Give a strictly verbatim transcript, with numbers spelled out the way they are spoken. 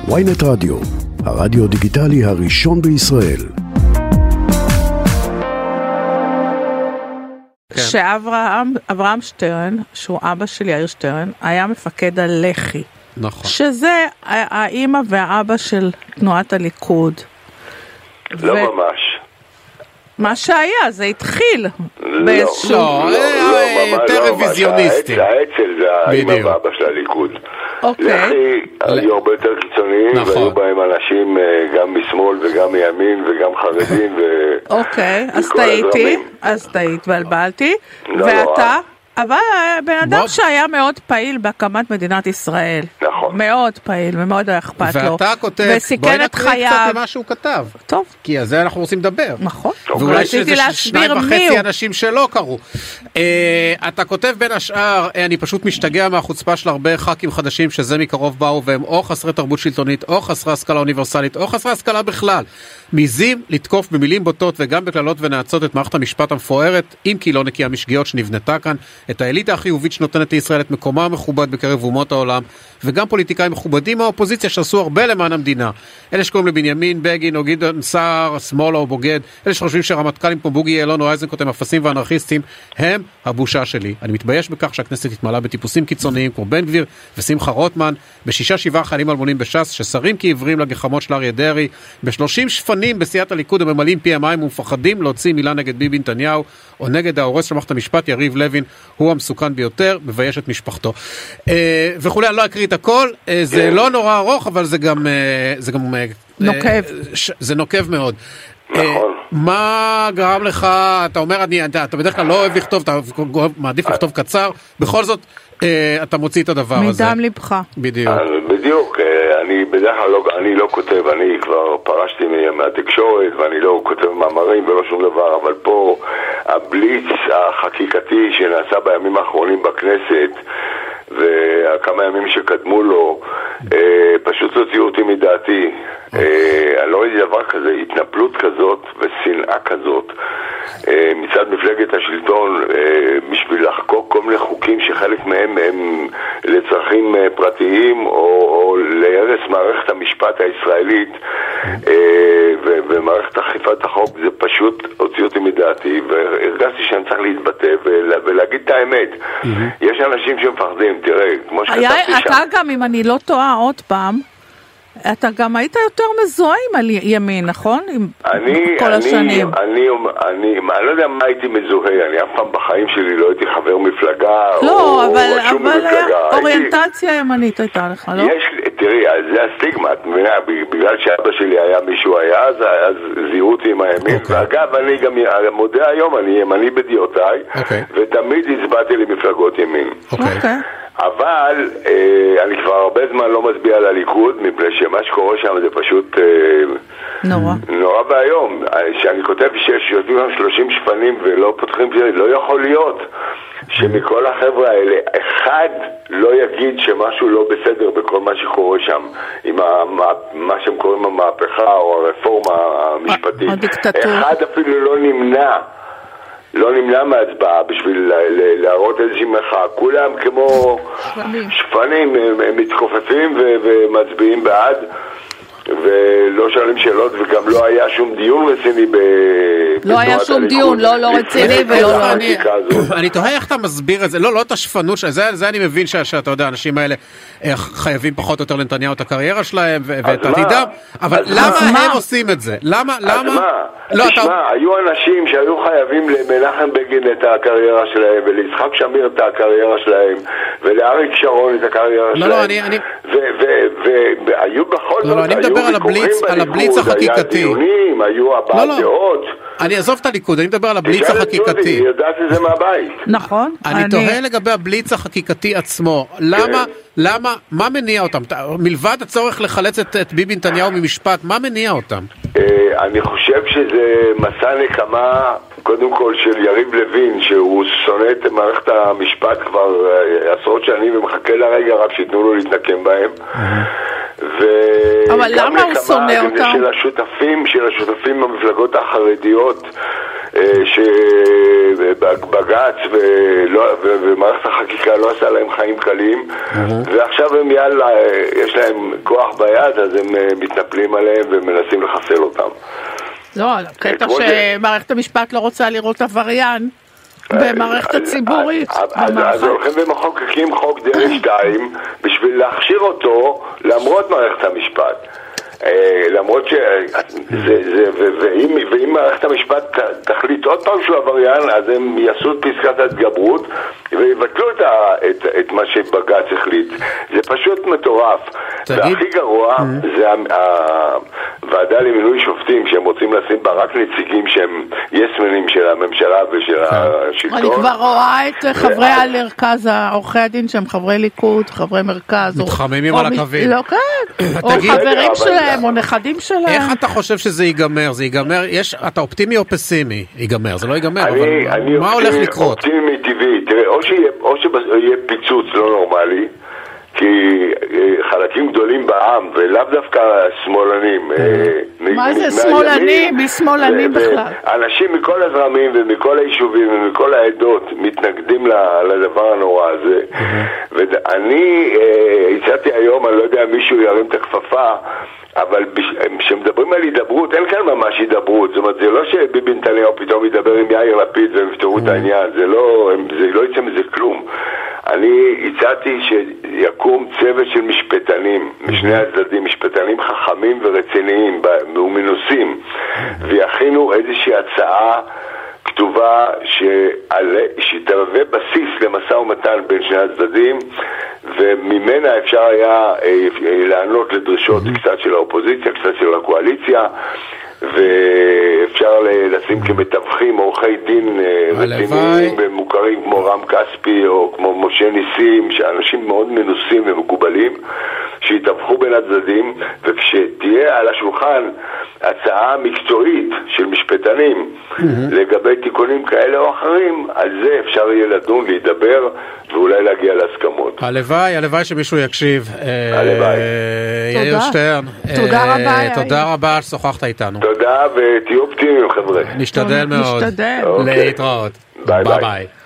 וויינט רדיו, הרדיו דיגיטלי הראשון בישראל. שאברהם, אברהם שטרן, שהוא אבא של יאיר שטרן, היה מפקד הלח"י. נכון. שזה האמא והאבא של תנועת הליכוד. לא ו... ממש. מה שהיה, זה התחיל. לא, באיזשהו... לא, יותר רוויזיוניסטי. האצ"ל זה האמא והאבא של הליכוד. אוקיי. לח"י היו הרבה יותר קיצוניים, והיו בהם אנשים גם משמאל וגם מימין וגם חרדים. אוקיי, אז טעיתי, אז טעית והלבלתי. ואתה? אבל בן אדם שהיה מאוד פעיל בהקמת מדינת ישראל. נכון. מאוד פעיל ומאוד אכפת לו. ואתה כותב, בואי נקריא קצת ממה שהוא כתב. טוב. כי על זה אנחנו רוצים לדבר. נכון. ואולי שזה שניים וחצי אנשים שלא קראו. אתה כותב בין השאר, אני פשוט משתגע מהחוצפה של הרבה ח"כים חדשים שזה מקרוב באו, והם או חסרי תרבות שלטונית, או חסרי השכלה אוניברסלית, או חסרי השכלה בכלל. מיזים לתקוף במילים בוטות וגם בקללות ונעצות את מערכת המשפט המפוארת, אם כי לא נקייה משגיאות שנבנתה כאן, את האליטה החיובית שנותנת לישראל את מקומה המכובד בקרב אומות העולם, וגם פוליטיקאים מכובדים מהאופוזיציה שעשו הרבה למען המדינה. אלה שקוראים לבנימין בגין או גדעון סער, שמאל או בוגד, אלה שחושבים שהרמטכ"לים כמו בוגי אלון או אייזנקוט הם אפסים ואנרכיסטים, הם הבושה שלי. אני מתבייש בכך שהכנסת התמלאה בטיפוסים קיצוניים כמו בן גביר ושמחה רוטמן, בשישה שבעה חיילים אלמונים בש"ס, ששרים כעיוורים לגחמות של אריה דרעי, בשלושים שפנים בסיעת הליכוד הממלאים פי המים ומפחדים להוציא מילה נגד ביבי נתניהו או נגד ההורס של מערכת המשפט יריב לוין, הוא המסוכן ביותר, מבייש את משפחתו. אה, וכולי, אני לא אקריא את הכל, אה, זה לא נורא ארוך, אבל זה גם, אה, זה גם אה, נוקב. ש, זה נוקב מאוד. נכון. אה, מה גרם לך, אתה אומר, אני, אתה, אתה בדרך כלל לא אוהב לכתוב, אתה מעדיף לכתוב קצר, בכל זאת, אה, אתה מוציא את הדבר הזה. מדם לבך. בדיוק. בדיוק, אני בדרך כלל לא, אני לא כותב, אני כבר פרשתי מהתקשורת ואני לא כותב מאמרים ולא שום דבר, אבל פה הבליץ החקיקתי שנעשה בימים האחרונים בכנסת וכמה ימים שקדמו לו פשוט הוציאו אותי מדעתי. אני לא ראיתי דבר כזה, התנפלות כזאת ושנאה כזאת מצד מפלגת השלטון בשביל לחקוק כל מיני חוקים שחלק מהם הם לצרכים פרטיים או להרס מערכת המשפט הישראלית ומערכת אכיפת החוק. זה פשוט הוציא אותי מדעתי והרגשתי שאני צריך להתבטא ולהגיד את האמת. יש אנשים שמפחדים, תראה, כמו שכתבתי שם. אתה גם, אם אני לא טועה עוד פעם, אתה גם היית יותר מזוהה עם הימין, נכון? אני, כל השנים. אני, אני, אני לא יודע מה הייתי מזוהה, אני אף פעם בחיים שלי לא הייתי חבר מפלגה, לא, או, אבל, או שום אבל מפלגה. אוריינטציה ימנית הייתה לך, לא? יש, תראי, זה הסטיגמה, את מבינה, בגלל שאבא שלי היה מישהו היה, אז, אז זיהו אותי עם הימין. Okay. ואגב, אני גם מודה היום, אני ימני בדיעותיי, okay. ותמיד הצבעתי למפלגות ימין. אוקיי. Okay. Okay. אבל אה, אני כבר הרבה זמן לא מצביע על הליכוד, מפני שמה שקורה שם זה פשוט אה, נורא. נורא והיום. שאני כותב שיושבים שם שלושים שפנים ולא פותחים, לא יכול להיות שמכל החבר'ה האלה אחד לא יגיד שמשהו לא בסדר בכל מה שקורה שם, עם המה, מה שהם קוראים המהפכה או הרפורמה המשפטית. אחד אפילו לא נמנע. לא נמנע מהצבעה בשביל להראות איזושהי מחאה. כולם כמו שפנים, הם מתכופפים ומצביעים בעד ולא שואלים שאלות, וגם לא היה שום דיון רציני ב... לא היה שום דיון, לא לא רציני ולא לא... אני תוהה איך אתה מסביר את זה, לא, לא את השפנות, זה אני מבין שאתה יודע, האנשים האלה חייבים פחות או יותר לנתניהו את הקריירה שלהם ואת עתידם, אבל למה הם עושים את זה? למה? אז מה? תשמע, היו אנשים שהיו חייבים למנחם בגין את הקריירה שלהם, וליצחק שמיר את הקריירה שלהם, ולאריק שרון את הקריירה שלהם. לא, לא, אני... והיו בכל זאת, אני מדבר על הבליץ החקיקתי. היה דיונים, היו הבעת דעות. אני אעזוב את הליכוד, אני מדבר על הבליץ החקיקתי. היא יודעת את זה מהבית. נכון. אני תוהה לגבי הבליץ החקיקתי עצמו. למה, למה, מה מניע אותם? מלבד הצורך לחלץ את ביבי נתניהו ממשפט, מה מניע אותם? אני חושב שזה מסע נקמה, קודם כל של יריב לוין, שהוא שונא את מערכת המשפט כבר עשרות שנים ומחכה לרגע רק שיתנו לו להתנקם בהם. אבל למה הוא שונא אותם? של השותפים, של השותפים במפלגות החרדיות שבג"ץ ומערכת החקיקה לא עשה להם חיים קלים, ועכשיו הם יאללה, יש להם כוח ביד, אז הם מתנפלים עליהם ומנסים לחסל אותם. לא, קטע שמערכת המשפט לא רוצה לראות עבריין במערכת הציבורית. אז הולכים ומחוקקים חוק דרעי שתיים בשביל להכשיר אותו למרות מערכת המשפט. למרות ש... ואם מערכת המשפט תחליט עוד פעם שהוא עבריין, אז הם יעשו את פסקת ההתגברות ויבטלו את מה שבג"ץ החליט. זה פשוט מטורף. והכי גרוע זה הוועדה למינוי שופטים, שהם רוצים לשים בה רק נציגים שהם יסמנים של הממשלה ושל השלטון. אני כבר רואה את חברי המרכז, עורכי הדין שהם חברי ליכוד, חברי מרכז. מתחממים על הקווים. לא, כן. או חברים שלהם, או נכדים שלהם. איך אתה חושב שזה ייגמר? זה ייגמר, יש, אתה אופטימי או פסימי? ייגמר, זה לא ייגמר, אבל מה הולך לקרות? אופטימי טבעי, תראה, או שיהיה פיצוץ לא נורמלי, כי חלקים גדולים בעם, ולאו דווקא שמאלנים. מה זה שמאלנים? מי שמאלנים בכלל? אנשים מכל הזרמים ומכל היישובים ומכל העדות מתנגדים לדבר הנורא הזה. ואני הצעתי היום, אני לא יודע, מישהו ירים את הכפפה, אבל כשמדברים על הידברות, אין כאן ממש הידברות. זאת אומרת, זה לא שביבי נתניהו פתאום ידבר עם יאיר לפיד והם יפתרו את העניין. זה לא, זה לא יצא מזה כלום. אני הצעתי שיקום צוות של משפטנים, משני הצדדים, משפטנים חכמים ורציניים ומנוסים, ויכינו איזושהי הצעה כתובה שתהווה בסיס למשא ומתן בין שני הצדדים, וממנה אפשר היה לענות לדרישות קצת של האופוזיציה, קצת של הקואליציה, ואפשר לשים כמתווכים עורכי דין רציניים ומוכרים כמו רם כספי או כמו משה ניסים, שאנשים מאוד מנוסים ומקובלים שיתווכו בין הצדדים, וכשתהיה על השולחן הצעה מקצועית של משפטנים לגבי תיקונים כאלה או אחרים, על זה אפשר יהיה לדון, להידבר ואולי להגיע להסכמות. הלוואי, הלוואי שמישהו יקשיב. הלוואי. יאיר שטרן, תודה רבה. תודה רבה ששוחחת איתנו. תודה, ותהיו אופטימיים חבר'ה. נשתדל מאוד. נשתדל. להתראות. ביי ביי.